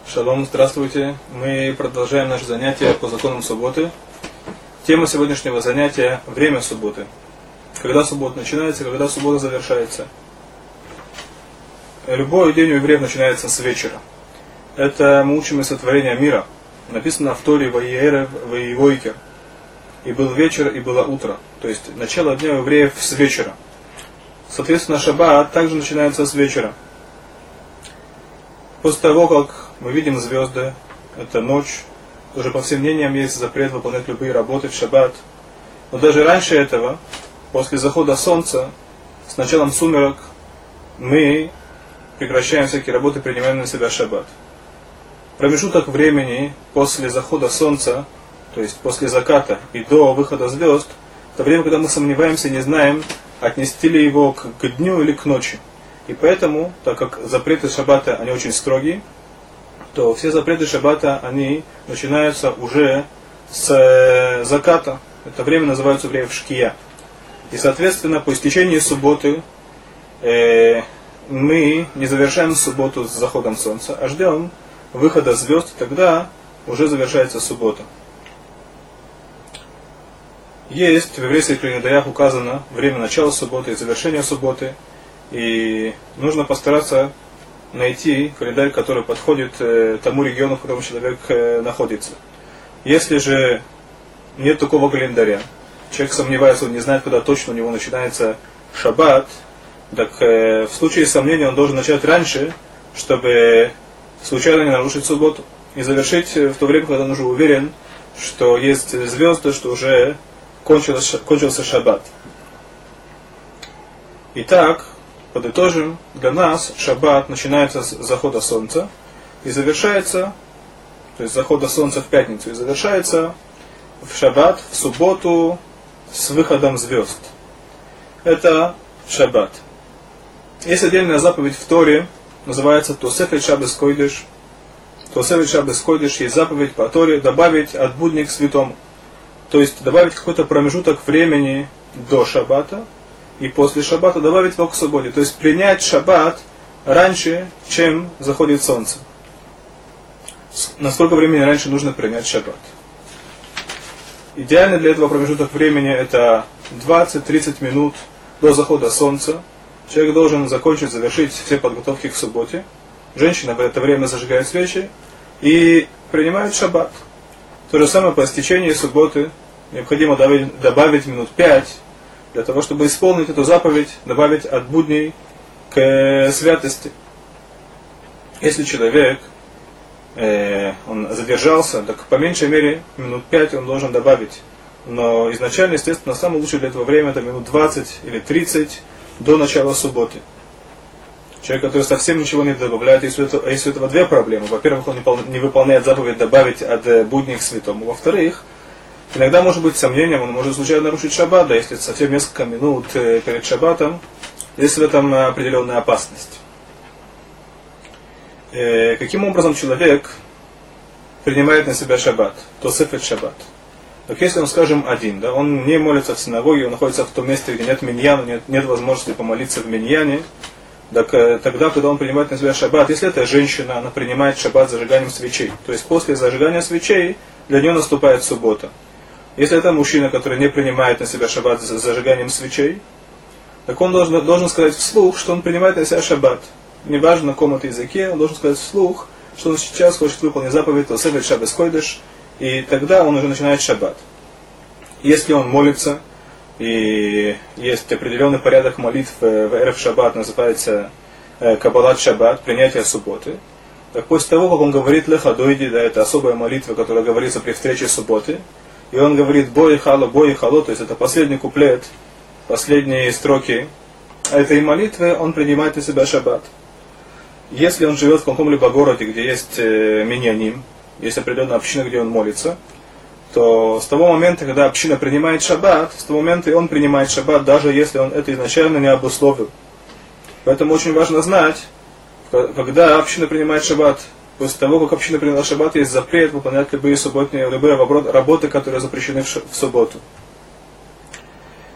Шалом, здравствуйте. Мы продолжаем наше занятие по законам субботы. Тема сегодняшнего занятия – время субботы. Когда суббота начинается, когда суббота завершается. Любой день у евреев начинается с вечера. Это мы учим из сотворения мира. Написано в Торе «Ваиэрев, Ваивойкер». И был вечер, и было утро. То есть начало дня у евреев с вечера. Соответственно, шаббат также начинается с вечера. После того, как мы видим звезды, это ночь, уже по всем мнениям есть запрет выполнять любые работы в шаббат. Но даже раньше этого, после захода солнца, с началом сумерок, мы прекращаем всякие работы, принимаем на себя шаббат. Промежуток времени после захода солнца, то есть после заката и до выхода звезд, это время, когда мы сомневаемся и не знаем, отнести ли его к дню или к ночи. И поэтому, так как запреты шаббата, они очень строгие, то все запреты шаббата, они начинаются уже с заката. Это время называется время шкия. И, соответственно, по истечении субботы мы не завершаем субботу с заходом солнца, а ждем выхода звезд, тогда уже завершается суббота. Есть в еврейских календарях указано время начала субботы и завершения субботы. И нужно постараться найти календарь, который подходит тому региону, в котором человек находится. Если же нет такого календаря, человек сомневается, он не знает, когда точно у него начинается шаббат, так в случае сомнения он должен начать раньше, чтобы случайно не нарушить субботу. И завершить в то время, когда он уже уверен, что есть звезды, что уже кончился шаббат. Итак, подытожим, для нас шаббат начинается с захода солнца и завершается, то есть захода солнца в пятницу, и завершается в шаббат, в субботу, с выходом звезд. Это шаббат. Есть отдельная заповедь в Торе, называется Тосефет Шаббес Койдеш. Тосефет Шаббес Койдеш есть заповедь по Торе добавить от будни к святому. То есть добавить какой-то промежуток времени до шаббата, и после шаббата добавить его к субботе. То есть принять шаббат раньше, чем заходит солнце. На сколько времени раньше нужно принять шаббат? Идеально для этого промежуток времени это 20-30 минут до захода солнца. Человек должен закончить, завершить все подготовки к субботе. Женщина в это время зажигает свечи и принимает шаббат. То же самое по истечении субботы необходимо добавить минут 5, для того, чтобы исполнить эту заповедь, добавить от будней к святости. Если человек он задержался, так по меньшей мере минут 5 он должен добавить. Но изначально, естественно, самое лучшее для этого время это минут 20 или 30 до начала субботы. Человек, который совсем ничего не добавляет, есть у этого две проблемы. Во-первых, он не выполняет заповедь добавить от будней к святому. Во-вторых, иногда может быть сомнением, он может случайно нарушить шаббат, да, если совсем несколько минут перед шаббатом, есть в этом определенная опасность. Каким образом человек принимает на себя шаббат, тосефет шаббат? Так если он, скажем, один, да, он не молится в синагоге, он находится в том месте, где нет миньяна, нет возможности помолиться в миньяне, так тогда, когда он принимает на себя шаббат, если это женщина, она принимает шаббат зажиганием свечей, то есть после зажигания свечей для нее наступает суббота. Если это мужчина, который не принимает на себя шаббат с зажиганием свечей, так он должен сказать вслух, что он принимает на себя шаббат. Неважно на каком это языке, он должен сказать вслух, что он сейчас хочет выполнить заповедь Тосефет Шаббес Койдеш, и тогда он уже начинает шаббат. Если он молится, и есть определенный порядок молитв в Эрев Шаббат, называется Каббалат Шаббат, принятие субботы, так после того, как он говорит Леха Дойди, да, это особая молитва, которая говорится при встрече субботы, и он говорит бой хало, то есть это последний куплет, последние строки этой молитвы, он принимает на себя шаббат. Если он живет в каком-либо городе, где есть миньяним, есть определенная община, где он молится, то с того момента, когда община принимает шаббат, с того момента и он принимает шаббат, даже если он это изначально не обусловил. Поэтому очень важно знать, когда община принимает шаббат. После того, как община приняла шаббат, есть запрет выполнять любые субботние, любые работы, которые запрещены в субботу.